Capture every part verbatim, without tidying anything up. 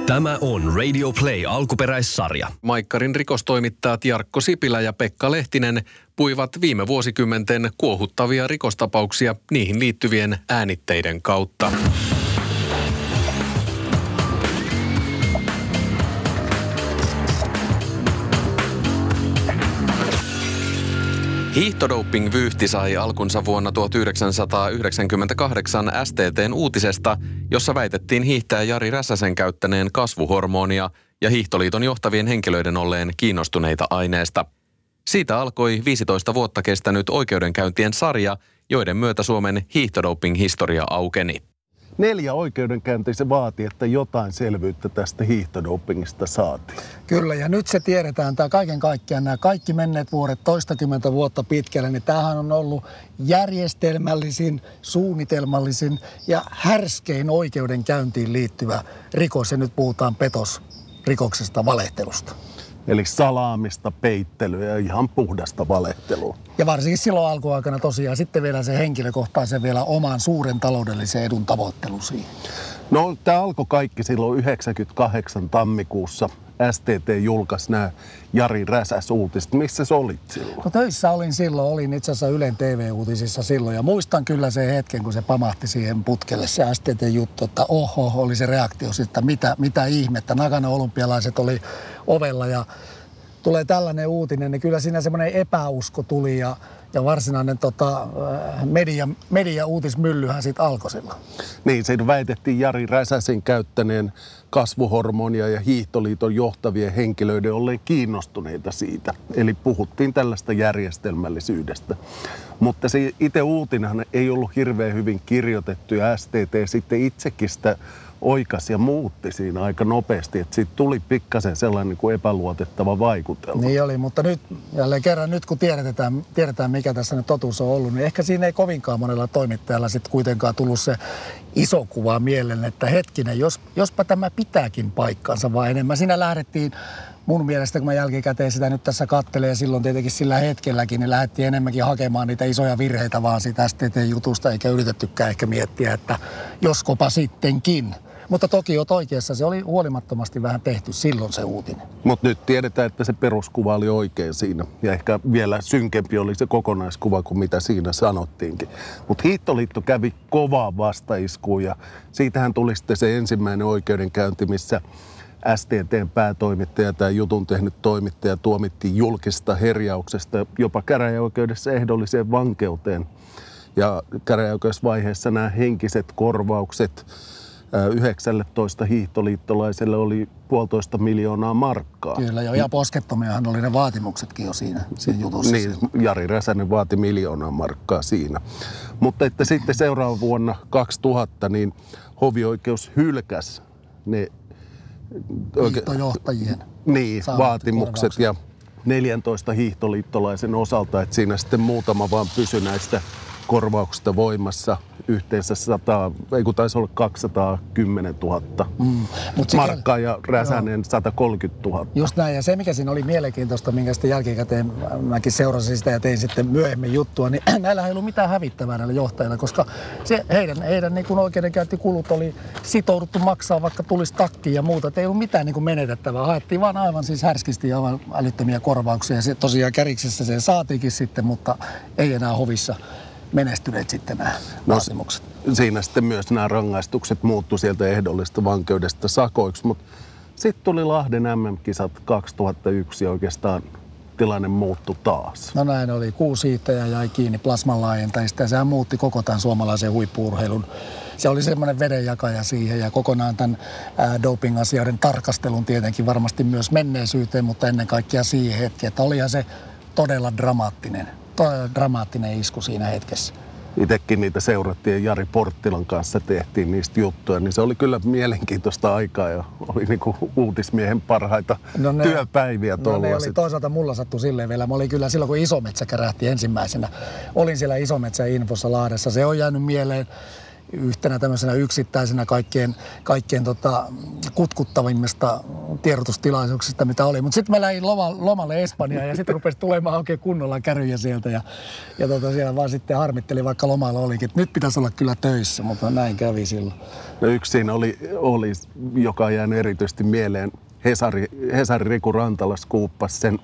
Tämä on Radio Play alkuperäissarja. Maikkarin rikostoimittajat Jarkko Sipilä ja Pekka Lehtinen puivat viime vuosikymmenten kuohuttavia rikostapauksia niihin liittyvien äänitteiden kautta. Hiihtodoping-vyyhti sai alkunsa vuonna tuhatyhdeksänsataayhdeksänkymmentäkahdeksan S T T:n uutisesta, jossa väitettiin hiihtäjä Jari Räsäsen käyttäneen kasvuhormonia ja Hiihtoliiton johtavien henkilöiden olleen kiinnostuneita aineesta. Siitä alkoi viisitoista vuotta kestänyt oikeudenkäyntien sarja, joiden myötä Suomen hiihtodoping-historia aukeni. Neljä oikeudenkäyntiä se vaati, että jotain selvyyttä tästä hiihtodopingista saatiin. Kyllä, ja nyt se tiedetään, tämä kaiken kaikkiaan, nämä kaikki menneet vuodet toistakymmentä vuotta pitkälle, niin tämähän on ollut järjestelmällisin, suunnitelmallisin ja härskein oikeudenkäyntiin liittyvä rikos, ja nyt puhutaan petosrikoksesta, valehtelusta. Eli salaamista, peittelyä ja ihan puhdasta valehtelua. Ja varsinkin silloin alkuaikana tosiaan sitten vielä se henkilökohtaisen vielä oman suuren taloudellisen edun tavoittelu siihen. No tämä alkoi kaikki silloin yhdeksänkymmentäkahdeksan tammikuussa. S T T julkaisi nämä Jari Räsäs-uutiset. Missä sä olit silloin? No töissä olin silloin, olin itse asiassa Ylen T V-uutisissa silloin. Ja muistan kyllä sen hetken, kun se pamahti siihen putkelle se S T T-juttu, että oho, oli se reaktio sitten, mitä, mitä ihmettä. Nagano olympialaiset oli ovella ja tulee tällainen uutinen, niin kyllä siinä semmoinen epäusko tuli ja, ja varsinainen tota, media, media-uutismyllyhän sitten alkoi silloin. Niin, siinä väitettiin Jari Räsäsen käyttäneen kasvuhormonia ja Hiihtoliiton johtavien henkilöiden olleen kiinnostuneita siitä. Eli puhuttiin tällaista järjestelmällisyydestä. Mutta se itse uutinenhan ei ollut hirveän hyvin kirjoitettu ja S T T sitten itsekin sitä oikasi ja muutti siinä aika nopeasti, että siitä tuli pikkasen sellainen niin kuin epäluotettava vaikutelma. Niin oli, mutta nyt jälleen kerran nyt kun tiedetään, tiedetään mikä tässä nyt totuus on ollut, niin ehkä siinä ei kovinkaan monella toimittajalla sitten kuitenkaan tullut se iso kuva mieleen, että hetkinen, jos, jospa tämä pitääkin paikkansa, vaan enemmän siinä lähdettiin. Mun mielestä, kun mä jälkikäteen sitä nyt tässä katselen ja silloin tietenkin sillä hetkelläkin, niin lähdettiin enemmänkin hakemaan niitä isoja virheitä vaan siitä S T T-jutusta, eikä yritettykään ehkä miettiä, että joskopa sittenkin. Mutta toki oot oikeassa, se oli huolimattomasti vähän tehty silloin se uutinen. Mutta nyt tiedetään, että se peruskuva oli oikein siinä. Ja ehkä vielä synkempi oli se kokonaiskuva kuin mitä siinä sanottiinkin. Mutta Hiihtoliitto kävi kovaa vastaiskuun ja siitähän tuli sitten se ensimmäinen oikeudenkäynti, missä S T T:n päätoimittaja tai jutun tehnyt toimittaja tuomittiin julkista herjauksesta jopa käräjäoikeudessa ehdolliseen vankeuteen. Ja käräjäoikeusvaiheessa nämä henkiset korvaukset yhdeksäntoista hiihtoliittolaiselle oli puolitoista miljoonaa markkaa. Kyllä, jo, ja poskettomiahan oli ne vaatimuksetkin jo siinä, siinä jutussa. Niin, Jari Räsänen vaati miljoonaa markkaa siinä. Mutta että sitten seuraavana vuonna kaksituhatta niin hovioikeus hylkäsi ne hiihtojohtajien niin, vaatimukset ja neljäntoista hiihtoliittolaisen osalta, että siinä sitten muutama vaan pysyi näistä korvauksista voimassa yhteensä sata, ei kun taisi olla kaksisataakymmentätuhatta mm. markkaa ja Räsänen joo. sata kolmekymmentätuhatta. Just näin, ja se mikä siinä oli mielenkiintoista, minkä sitten jälkikäteen mäkin seurasin sitä ja tein sitten myöhemmin juttua, niin näillä ei ollut mitään hävittävää näillä johtajilla, koska se heidän, heidän niin kuin oikeudenkäyntikulut oli sitouduttu maksaa, vaikka tulisi takkiin ja muuta, että ei ollut mitään niin kuin menetettävää. Haettiin vaan aivan siis härskisti aivan älyttömiä korvauksia ja se tosiaan Käriksessä se saatiinkin sitten, mutta ei enää hovissa menestyneet sitten nämä no, vaatimukset. Siinä sitten myös nämä rangaistukset muuttu sieltä ehdollista vankeudesta sakoiksi, mutta sitten tuli Lahden M M-kisat kaksituhattayksi ja oikeastaan tilanne muuttui taas. No näin oli. Kuusi hiihtäjää jäi kiinni plasman laajentajista ja sehän muutti koko tämän suomalaisen huippu-urheilun. Se oli semmoinen vedenjakaja siihen ja kokonaan tämän ää, doping-asioiden tarkastelun tietenkin varmasti myös menneisyyteen, mutta ennen kaikkea siihen hetkeen, että olihan se todella dramaattinen. dramaattinen isku siinä hetkessä. Itsekin niitä seurattiin ja Jari Porttilan kanssa tehtiin niistä juttuja, niin se oli kyllä mielenkiintoista aikaa ja oli niinku uutismiehen parhaita no ne, työpäiviä tuolla. No ne oli toisaalta mulla sattu silleen vielä. Mä olin kyllä silloin, kun Isometsä kärähti ensimmäisenä. Olin siellä Isometsä Infossa Lahdessa. Se on jäänyt mieleen. yhtenä tämmöisenä yksittäisenä kaikkein, kaikkein tota, kutkuttavimmista tiedotustilaisuuksista, mitä oli. Mutta sitten mä lähdin loma, lomalle Espanjaan ja sitten rupesi tulemaan oikein kunnolla käryjä sieltä. Ja, ja tota, siellä vaan sitten harmitteli, vaikka lomalla olikin, että nyt pitäisi olla kyllä töissä, mutta näin kävi silloin. No yksi siinä oli, oli joka on jäänyt erityisesti mieleen. Hesari, Hesari Riku Rantala skuuppasi sen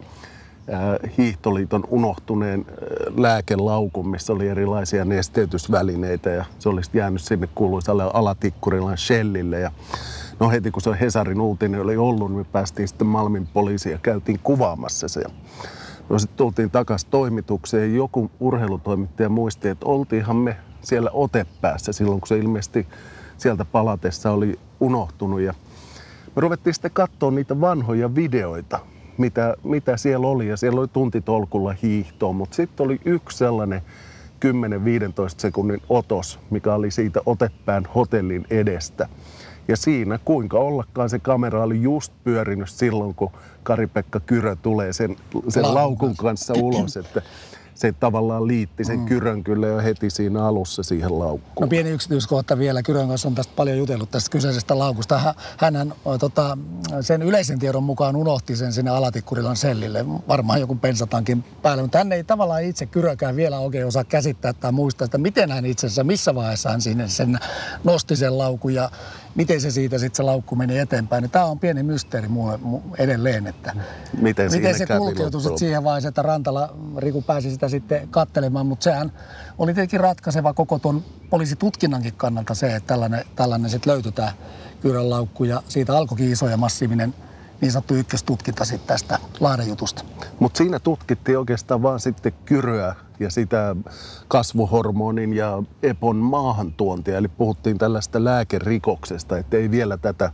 äh, Hiihtoliiton unohtuneen äh, lääkelaukun, missä oli erilaisia nesteytysvälineitä ja se olisi jäänyt sinne kuuluisalle Alatikkurilan Shellille. Ja no heti kun se Hesarin uutinen oli ollut, niin me päästiin sitten Malmin poliisiin ja käytiin kuvaamassa se. No sitten tultiin takaisin toimitukseen ja joku urheilutoimittaja muisti, että oltiinhan me siellä otepäässä silloin, kun se ilmeisesti sieltä palatessa oli unohtunut. Ja me ruvettiin sitten katsoa niitä vanhoja videoita, mitä, mitä siellä oli. Ja siellä oli tuntitolkulla hiihtoa, mutta sitten oli yksi sellainen kymmenen viisitoista sekunnin otos, mikä oli siitä Otepään hotellin edestä. Ja siinä, kuinka ollakaan, se kamera oli just pyörinyt silloin, kun Kari-Pekka Kyrö tulee sen, sen laukun kanssa ulos. Että se tavallaan liitti sen mm. Kyrön kyllä jo heti siinä alussa siihen laukkuun. No pieni yksityiskohta vielä. Kyrön kanssa on tästä paljon jutellut tästä kyseisestä laukusta. Hänhän tota, sen yleisen tiedon mukaan unohti sen sinne Alatikkurilan sellille. Varmaan joku pensatankin päälle, mutta hän ei tavallaan itse Kyrökään vielä oikein osaa käsittää tai muistaa, että miten hän itse asiassa, missä vaiheessa hän sinne sen nosti sen laukun ja miten se siitä sitten se laukku meni eteenpäin. Tämä on pieni mysteeri mulle edelleen, että miten, miten se kulkeutui sitten siihen vaiheeseen, että Rantala Riku pääsi sitä sitten katselemaan, mutta sehän oli tietenkin ratkaiseva koko tuon poliisitutkinnankin kannalta se, että tällainen, tällainen sitten löytyi tämä Kyrön laukku ja siitä alkoikin iso ja massiivinen niin sanottu ykköstutkinta sitten tästä Lahden jutusta. Mutta siinä tutkittiin oikeastaan vaan sitten Kyröä ja sitä kasvuhormonin ja epon maahantuontia. Eli puhuttiin tällaista lääkerikoksesta, että ei vielä tätä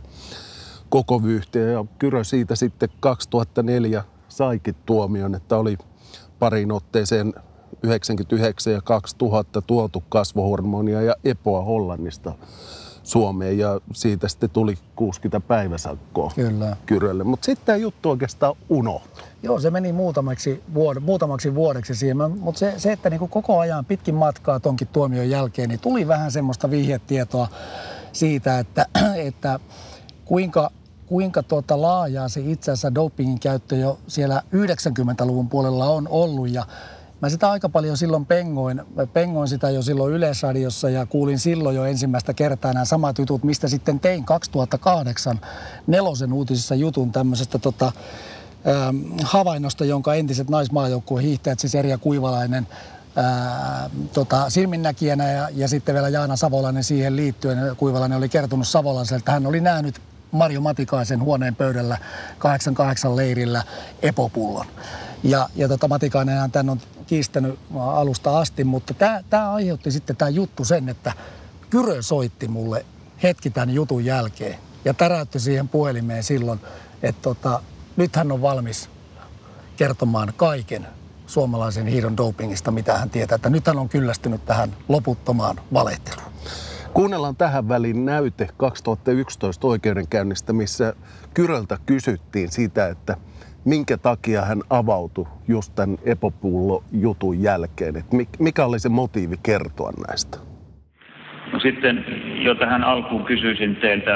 koko vyyhtiä. Ja Kyrö siitä sitten kaksituhattaneljä saikin tuomion, että oli pariin otteeseen yhdeksänkymmentäyhdeksän ja kaksituhatta tuotu kasvuhormonia ja epoa Hollannista Suomeen ja siitä sitten tuli kuusikymmentä päiväsakkoa Kyllä. Kyrölle. Mutta sitten tämä juttu oikeastaan unohtui. Joo, se meni muutamaksi, vuod- muutamaksi vuodeksi siihen, mutta se, se, että niinku koko ajan pitkin matkaa tonkin tuomion jälkeen, niin tuli vähän semmoista vihjetietoa siitä, että, että kuinka, kuinka tuota laajaa se itse asiassa dopingin käyttö jo siellä yhdeksänkymmentäluvun puolella on ollut ja mä sitä aika paljon silloin pengoin, pengoin sitä jo silloin Yleisradiossa ja kuulin silloin jo ensimmäistä kertaa nämä samat jutut, mistä sitten tein kaksituhattakahdeksan Nelosen uutisissa jutun tämmöisestä tota, ähm, havainnosta, jonka entiset naismaajoukkueen hiihtäjät, siis Erja Kuivalainen, ää, tota, silminnäkijänä ja, ja sitten vielä Jaana Savolainen siihen liittyen. Kuivalainen oli kertonut Savolaiselle, että hän oli nähnyt Marjo Matikaisen huoneen pöydällä kahdeksankymmentäkahdeksan leirillä epopullon. Ja, ja tota, Matikainenhan tämän on kiistänyt alusta asti, mutta tämä aiheutti sitten tämä juttu sen, että Kyrö soitti mulle hetki tämän jutun jälkeen ja täräytti siihen puhelimeen silloin, että tota, nyt hän on valmis kertomaan kaiken suomalaisen hiihdon dopingista, mitä hän tietää. Että nyt hän on kyllästynyt tähän loputtomaan valehteluun. Kuunnellaan tähän väliin näyte kaksituhattayksitoista oikeudenkäynnistä, missä Kyröltä kysyttiin sitä, että minkä takia hän avautui just tämän Epopullo-jutun jälkeen. Että mikä oli se motiivi kertoa näistä? No sitten jo tähän alkuun kysyisin teiltä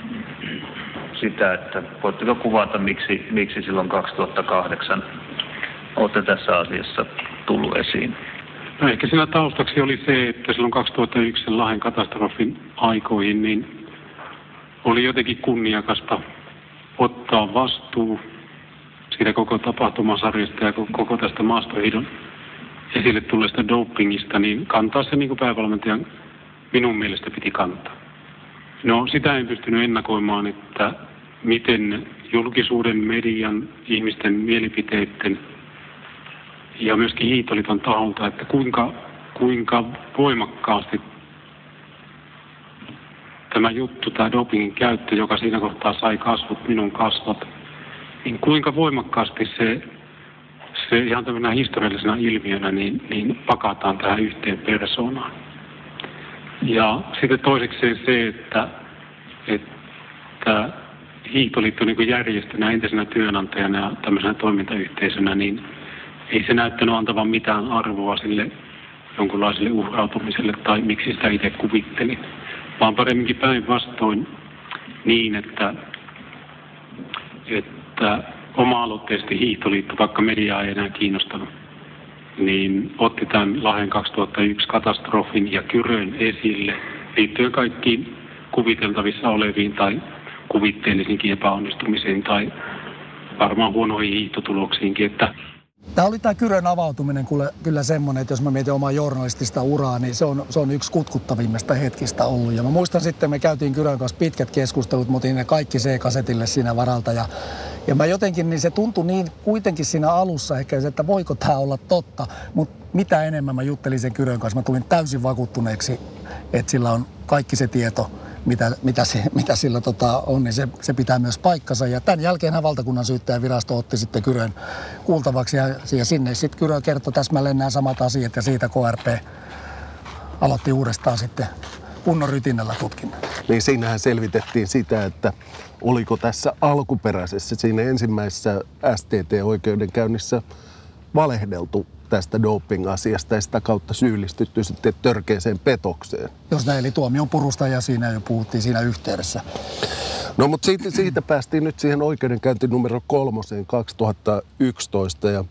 sitä, että voitteko kuvata, miksi, miksi silloin kaksituhattakahdeksan olette tässä asiassa tullut esiin? No ehkä siinä taustaksi oli se, että silloin kaksituhattayksi Lahden katastrofin aikoihin niin oli jotenkin kunniakasta ottaa vastuu siitä koko tapahtumasarjasta ja koko tästä maastohiidon esille tulleesta dopingista, niin kantaa se niin kuin päävalmentajan minun mielestä piti kantaa. No sitä en pystynyt ennakoimaan, että miten julkisuuden, median, ihmisten mielipiteiden ja myöskin Hiihtoliiton taholta, että kuinka, kuinka voimakkaasti tämä juttu, tämä dopingin käyttö, joka siinä kohtaa sai kasvot, minun kasvot, niin kuinka voimakkaasti se, se ihan tämmöinen historiallisena ilmiönä niin, niin pakataan tähän yhteen persoonaan. Ja sitten toiseksi se, että, että Hiihtoliitto niin järjestönä, entisenä työnantajana ja tämmöisenä toimintayhteisönä, niin ei se näyttänyt antavan mitään arvoa sille jonkunlaiselle uhrautumiselle tai miksi sitä itse kuvittelin, vaan paremminkin päinvastoin niin, että, että oma-aloitteisesti Hiihtoliitto, vaikka mediaa ei enää kiinnostanut, niin otti tämän Lahden kaksituhattayksi katastrofin ja Kyrön esille liittyen kaikkiin kuviteltavissa oleviin tai kuvitteellisinkin epäonnistumisiin tai varmaan huonoihin hiihtotuloksiinkin. Että Tämä oli tämä Kyrön avautuminen kyllä, kyllä semmoinen, että jos mä mietin omaa journalistista uraa, niin se on, se on yksi kutkuttavimmista hetkistä ollut. Ja mä muistan sitten, me käytiin Kyrön kanssa pitkät keskustelut, mä otin ne kaikki C-kasetille siinä varalta. Ja, ja mä jotenkin, niin se tuntui niin kuitenkin siinä alussa ehkä, että voiko tämä olla totta. Mutta mitä enemmän mä juttelin sen Kyrön kanssa, mä tulin täysin vakuuttuneeksi, että sillä on kaikki se tieto, mitä, mitä, se, mitä sillä tota on, niin se, se pitää myös paikkansa. Ja tämän jälkeenhän valtakunnan syyttäjävirasto otti sitten Kyrön kuultavaksi ja, ja sinne sitten Kyrö kertoi täsmälleen nämä samat asiat ja siitä K R P aloitti uudestaan sitten kunnon rytinällä tutkinnan. Niin siinähän selvitettiin sitä, että oliko tässä alkuperäisessä, siinä ensimmäisessä S T T-oikeudenkäynnissä valehdeltu tästä doping-asiasta ja sitä kautta syyllistytty sitten törkeeseen petokseen. Jos näin, eli tuomion purusta ja siinä jo puhuttiin siinä yhteydessä. No mutta siitä, siitä päästiin nyt siihen oikeudenkäynti numero kolmoseen kaksituhattayksitoista ja,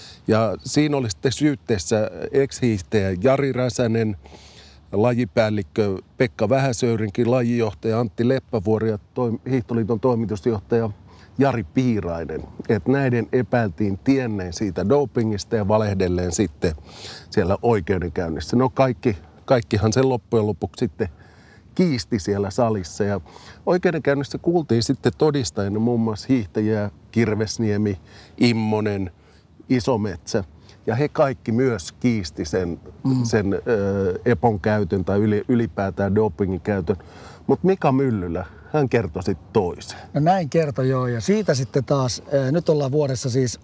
ja siinä oli sitten syytteessä ex-hiihtäjä Jari Räsänen, lajipäällikkö Pekka Vähäsöyrinki, lajijohtaja Antti Leppävuori ja toi, Hiihtoliiton toimitusjohtaja Jari Piirainen. Että näiden epäiltiin tienneen siitä dopingista ja valehdelleen sitten siellä oikeudenkäynnissä. No kaikki, kaikkihan sen loppujen lopuksi sitten kiisti siellä salissa. Ja oikeudenkäynnissä kuultiin sitten todistajina muun muassa hiihtäjiä Kirvesniemi, Immonen, Isometsä. Ja he kaikki myös kiisti sen, mm. sen ö, epon käytön tai ylipäätään dopingin käytön. Mutta Mika Myllylä, hän kertoi sitten toisen. No näin kertoi joo, ja siitä sitten taas, äh, nyt ollaan vuodessa siis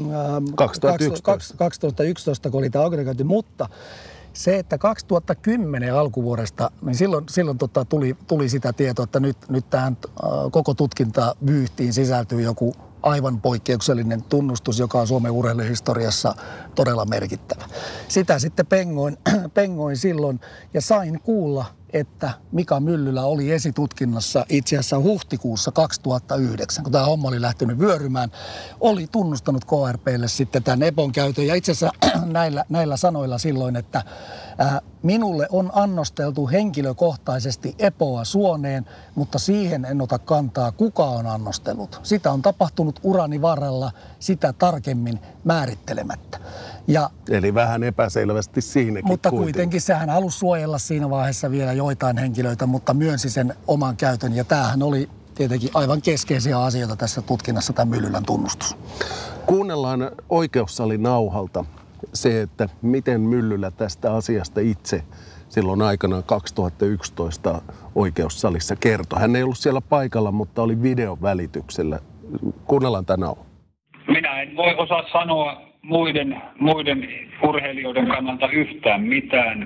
kaksituhattayksitoista. kaksituhattayksitoista, kun oli tämä oikeudenkäynti, mutta se, että kaksituhattakymmenen alkuvuodesta, niin silloin, silloin tota, tuli, tuli sitä tietoa, että nyt, nyt tähän äh, koko tutkintavyyhtiin sisältyy joku aivan poikkeuksellinen tunnustus, joka on Suomen urheiluhistoriassa todella merkittävä. Sitä sitten pengoin, pengoin silloin ja sain kuulla, että Mika Myllylä oli esitutkinnassa itse asiassa huhtikuussa kaksituhattayhdeksän, kun tämä homma oli lähtenyt vyörymään, oli tunnustanut K R P:lle sitten tämän epon käytön. Ja itse asiassa näillä, näillä sanoilla silloin, että ää, minulle on annosteltu henkilökohtaisesti epoa suoneen, mutta siihen en ota kantaa, kuka on annostellut. Sitä on tapahtunut urani varrella sitä tarkemmin määrittelemättä. Ja, eli vähän epäselvästi siinäkin mutta kuitenkin. kuitenkin sehän halusi suojella siinä vaiheessa vielä joitain henkilöitä, mutta myönsi sen oman käytön. Ja tämähän oli tietenkin aivan keskeisiä asioita tässä tutkinnassa, tämä Myllylän tunnustus. Kuunnellaan oikeussalin nauhalta se, että miten Myllylä tästä asiasta itse silloin aikanaan kaksituhattayksitoista oikeussalissa kertoi. Hän ei ollut siellä paikalla, mutta oli videon välityksellä. Kuunnellaan tämä nauha. Minä en voi osaa sanoa muiden, muiden urheilijoiden kannalta yhtään mitään.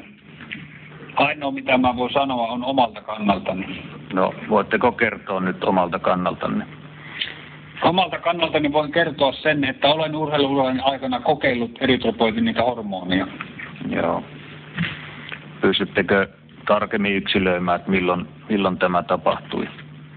Ainoa mitä mä voin sanoa on omalta kannaltani. No, voitteko kertoa nyt omalta kannaltanne? Omalta kannaltani voin kertoa sen, että olen urheiluuran aikana kokeillut eritropoitinita hormonia. Joo. Pystyttekö tarkemmin yksilöimään, että milloin, milloin tämä tapahtui?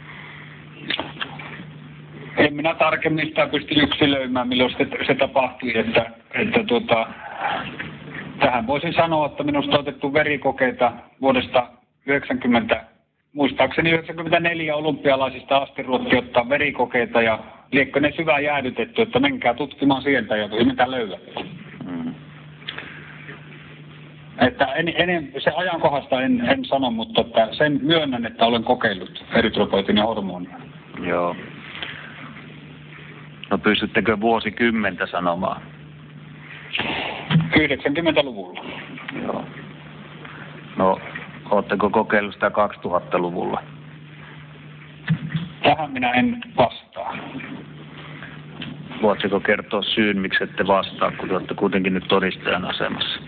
En minä tarkemmin sitä pysty yksilöimään, milloin se, se tapahtui. Että, että tuota, tähän voisin sanoa, että minusta on otettu verikokeita vuodesta yhdeksänkymmentä, muistaakseni yhdeksänkymmentäneljä olympialaisista asti ruotti ottaa verikokeita ja liekkö ne syvään jäädytetty, että menkää tutkimaan sieltä ja mitä löydätte. Mm. Että en, en, se ajankohdasta en, en sano, mutta että sen myönnän, että olen kokeillut eritropoitin ja hormonia. Joo. No pystyttekö vuosikymmentä sanomaan? yhdeksänkymmentäluvulla. Joo. No, ootteko kokeillut sitä kaksituhattaluvulla? Tähän minä en vastaa. Voitteko kertoa syyn, miksi ette vastaa, kun te olette kuitenkin nyt todistajan asemassa?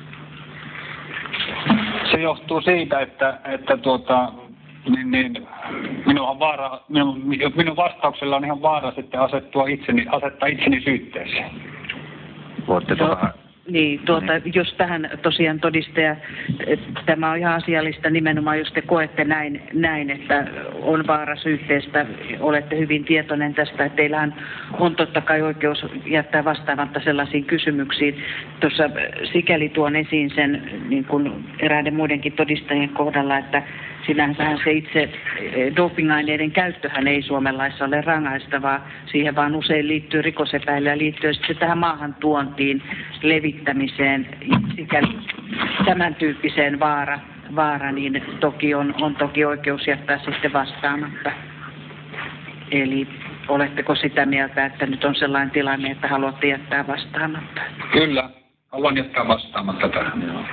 Se johtuu siitä, että, että tuota, niin, niin, minun, on vaara, minun, minun vastauksella on ihan vaara sitten asettua itseni, asettaa itseni syytteeseen. Voitteko, vähän, Niin, tuota, jos tähän tosiaan todistaja, tämä on ihan asiallista nimenomaan, jos te koette näin, näin, että on vaara syytteestä, olette hyvin tietoinen tästä, että teillähän on totta kai oikeus jättää vastaamatta sellaisiin kysymyksiin. Tuossa sikäli tuon esiin sen niin kuin eräiden muidenkin todistajien kohdalla, että sinänsähän se itse dopingaineiden käyttöhän ei Suomen laissa ole rangaistavaa. Siihen vaan usein liittyy rikosepäilyä liittyen sitten tähän maahantuontiin, levittämiseen, sikäli tämän tyyppiseen vaara, vaara niin toki on, on toki oikeus jättää sitten vastaamatta. Eli oletteko sitä mieltä, että nyt on sellainen tilanne, että haluatte jättää vastaamatta? Kyllä, haluan jättää vastaamatta tähän.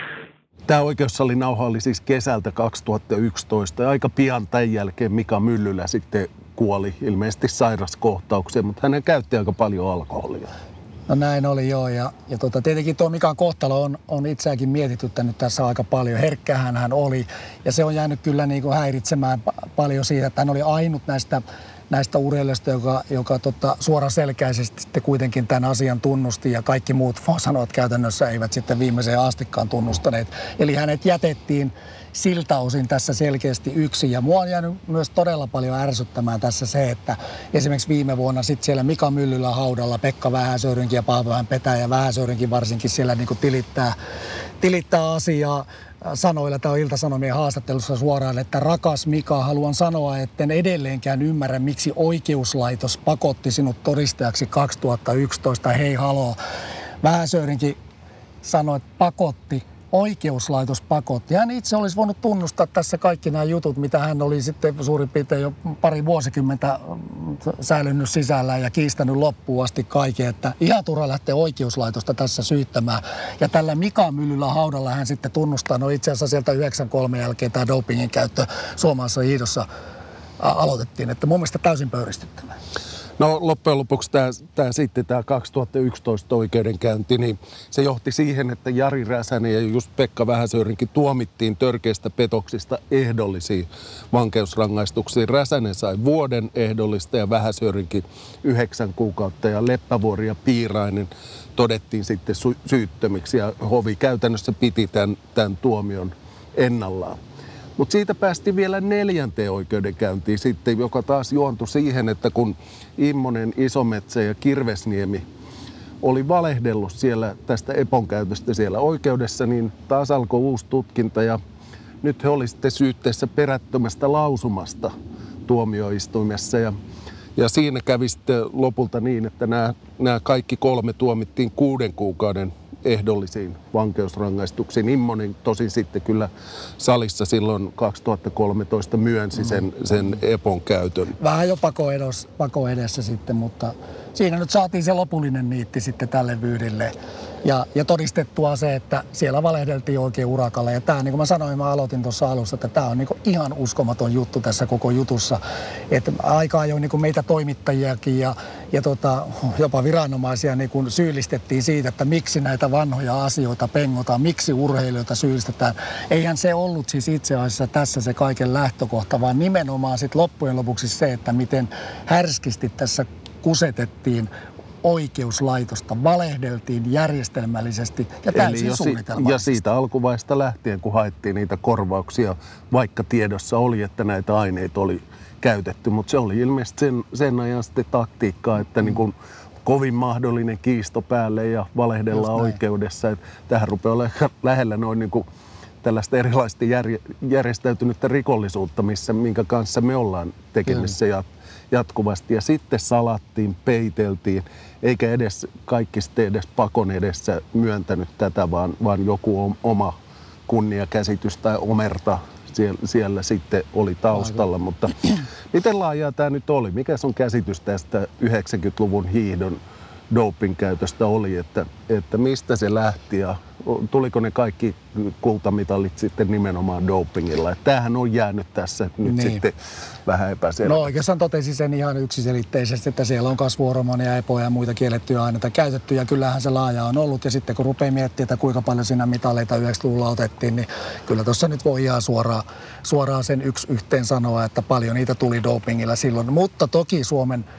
Tämä oikeussalinauha oli siis kesältä kaksituhattayksitoista ja aika pian tämän jälkeen Mika Myllylä sitten kuoli ilmeisesti sairaskohtaukseen, mutta hän käytti aika paljon alkoholia. No näin oli joo ja, ja tota, tietenkin tuo Mikan kohtalo on, on itseäkin mietityttänyt tässä aika paljon. Herkkähän hän oli ja se on jäänyt kyllä niin kuin häiritsemään pa- paljon siitä, että hän oli ainut näistä näistä urheilijoista, joka, joka tota, suoraselkäisesti sitten kuitenkin tämän asian tunnusti ja kaikki muut voi sanoa, että käytännössä eivät sitten viimeiseen astikkaan tunnustaneet. Eli hänet jätettiin siltä osin tässä selkeästi yksin. Ja mua on jäänyt myös todella paljon ärsyttämään tässä se, että esimerkiksi viime vuonna sitten siellä Mika Myllylä haudalla Pekka Vähäsöyrinki ja Paavo Petä ja Vähäsöyrinki varsinkin siellä niin kuin tilittää, tilittää asiaa sanoilla. Tämä on Ilta-Sanomien haastattelussa suoraan, että rakas Mika, haluan sanoa, etten edelleenkään ymmärrä, miksi oikeuslaitos pakotti sinut todistajaksi kaksituhattayksitoista. Hei haloo. Vähäsöyrinki sanoi, että pakotti. Oikeuslaitos pakotti. Hän itse olisi voinut tunnustaa tässä kaikki nämä jutut, mitä hän oli sitten suurin piirtein jo pari vuosikymmentä säilynyt sisällä ja kiistänyt loppuun asti kaiken, että ihan turha lähtee oikeuslaitosta tässä syyttämään. Ja tällä Mika Myllylä haudalla hän sitten tunnustaa, no itse asiassa sieltä yhdeksänkymmentäkolme jälkeen tämä dopingin käyttö suomalaisessa hiihdossa aloitettiin, että mun mielestä täysin pöyristyttävää. No loppujen lopuksi tämä, tämä sitten tämä kaksituhattayksitoista oikeudenkäynti, niin se johti siihen, että Jari Räsänen ja just Pekka Vähäsöyrinki tuomittiin törkeistä petoksista ehdollisiin vankeusrangaistuksiin. Räsänen sai vuoden ehdollista ja Vähäsöyrinki yhdeksän kuukautta ja Leppävuori ja Piirainen todettiin sitten sy- syyttömiksi ja hovi käytännössä piti tämän, tämän tuomion ennallaan. Mutta siitä päästiin vielä neljänteen oikeudenkäyntiin sitten, joka taas juontui siihen, että kun Immonen, Isometsä ja Kirvesniemi oli valehdellut siellä tästä Epon käytöstä siellä oikeudessa, niin taas alkoi uusi tutkinta ja nyt he olivat sitten syytteessä perättömästä lausumasta tuomioistuimessa. Ja, ja siinä kävi sitten lopulta niin, että nämä, nämä kaikki kolme tuomittiin kuuden kuukauden ehdollisiin vankeusrangaistuksiin. Immonen tosin sitten kyllä salissa silloin kaksituhattakolmetoista myönsi sen, sen Epon käytön. Vähän jo pako, edos, pako edessä sitten, mutta siinä nyt saatiin se lopullinen niitti sitten tälle vyydille. Ja, ja todistettua se, että siellä valehdeltiin oikein urakalle. Ja tämä, niin kuin mä sanoin, mä aloitin tuossa alussa, että tämä on niin kuin ihan uskomaton juttu tässä koko jutussa. Että aika ajoin niin kuin meitä toimittajiakin ja, ja tota, jopa viranomaisia niin kuin syyllistettiin siitä, että miksi näitä vanhoja asioita pengotaan, miksi urheilijoita syyllistetään. Eihän se ollut siis itse asiassa tässä se kaiken lähtökohta, vaan nimenomaan sitten loppujen lopuksi se, että miten härskisti tässä kusetettiin oikeuslaitosta, valehdeltiin järjestelmällisesti ja täysin suunnitelmallisesti. Ja siitä alkuvaiheesta lähtien, kun haettiin niitä korvauksia, vaikka tiedossa oli, että näitä aineita oli käytetty, mutta se oli ilmeisesti sen, sen ajan sitten taktiikkaa, että niin kuin kovin mahdollinen kiisto päälle ja valehdellaan oikeudessa. Että tähän rupeaa olemaan lähellä noin niin kuin tällaista erilaista järjestäytynyttä rikollisuutta, missä, minkä kanssa me ollaan tekemisissä ja jatkuvasti. Ja sitten salattiin, peiteltiin, eikä edes kaikki sitten edes pakon edessä myöntänyt tätä, vaan, vaan joku oma kunniakäsitys tai omerta siellä, siellä sitten oli taustalla. Mutta miten laajaa tämä nyt oli? Mikä sun käsitys tästä yhdeksänkymmentäluvun hiihdon dopingkäytöstä oli, että, että mistä se lähti ja tuliko ne kaikki kultamitalit sitten nimenomaan dopingilla? Että tämähän on jäänyt tässä nyt niin sitten vähän epäselvä. No oikeastaan totesi sen ihan yksiselitteisesti, että siellä on kasvuhormonia, epoja ja muita kiellettyjä aineita käytetty ja kyllähän se laaja on ollut. Ja sitten kun rupeaa miettimään, että kuinka paljon siinä mitaleita yhdeksänkymmentäluvulla otettiin, niin kyllä tuossa nyt voi ihan suoraan, suoraan sen yksi yhteen sanoa, että paljon niitä tuli dopingilla silloin. Mutta toki Suomen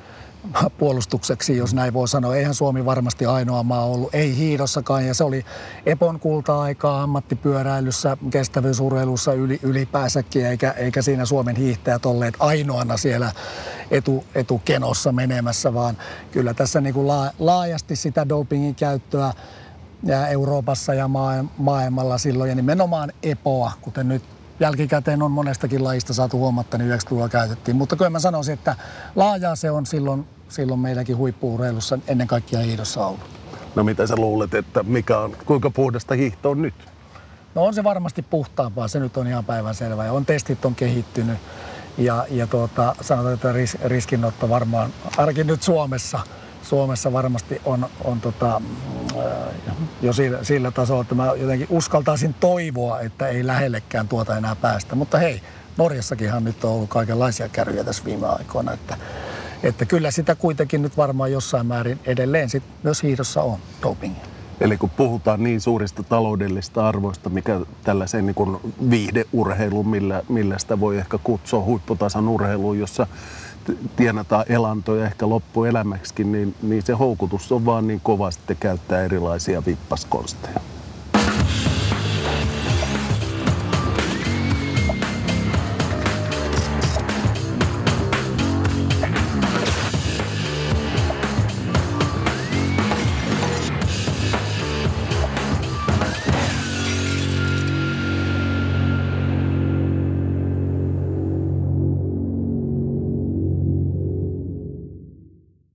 puolustukseksi, jos näin voi sanoa. Eihän Suomi varmasti ainoa maa ollut, ei hiidossakaan, ja se oli Epon kulta-aikaa ammattipyöräilyssä, kestävyysurheilussa yli, ylipääsäkin, eikä, eikä siinä Suomen hiihtäjät olleet ainoana siellä etu, etukenossa menemässä, vaan kyllä tässä niin kuin laajasti sitä dopingin käyttöä ja Euroopassa ja maailmalla silloin, ja nimenomaan Epoa, kuten nyt jälkikäteen on monestakin lajista saatu huomatta, niin yhdeksänkymmentäluvulla käytettiin. Mutta kyllä mä sanoisin, että laajaa se on silloin, silloin meilläkin huippu-urheilussa ennen kaikkea hiihdossa ollut. No mitä sä luulet, että mikä on, kuinka puhdasta hiihto on nyt? No on se varmasti puhtaampaa, se nyt on ihan päivänselvä. Ja on testit on kehittynyt ja, ja tuota, sanotaan, että ris, riskinotto varmaan, ainakin nyt Suomessa, Suomessa varmasti on, on tota, jo sillä, sillä tasolla, että mä jotenkin uskaltaisin toivoa, että ei lähellekään tuota enää päästä. Mutta hei, Norjassakinhan nyt on ollut kaikenlaisia kärryjä tässä viime aikoina, että, että kyllä sitä kuitenkin nyt varmaan jossain määrin edelleen sit myös hiihdossa on dopingia. Eli kun puhutaan niin suurista taloudellisista arvoista, mikä tällaiseen niin kuin viihdeurheiluun, millä, millä sitä voi ehkä kutsua huipputason urheiluun, jossa tienataan elantoja ehkä loppuelämäksikin, niin, niin se houkutus on vaan niin kova sitten käyttää erilaisia vippaskonsteja.